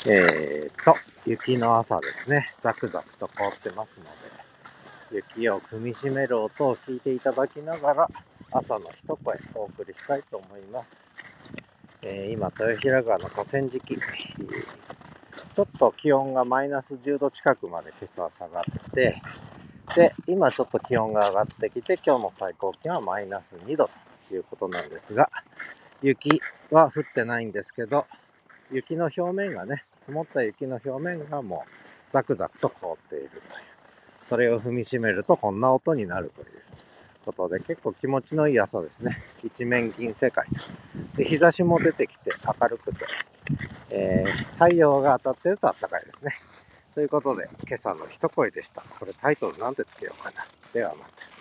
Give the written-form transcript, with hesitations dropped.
雪の朝ですね。ザクザクと凍ってますので、雪を踏みしめる音を聞いていただきながら、朝の一声お送りしたいと思います。今、豊平川の河川敷、ちょっと気温がマイナス10度近くまで今朝は下がって、で、今ちょっと気温が上がってきて、今日の最高気温はマイナス2度ということなんですが、雪は降ってないんですけど、雪の表面がね、積もった雪の表面がもうザクザクと凍っているという。それを踏みしめるとこんな音になるということで、結構気持ちのいい朝ですね。一面銀世界で、日差しも出てきて明るくて、太陽が当たってると暖かいですね。ということで、今朝の一声でした。これタイトルなんてつけようかな。ではまた。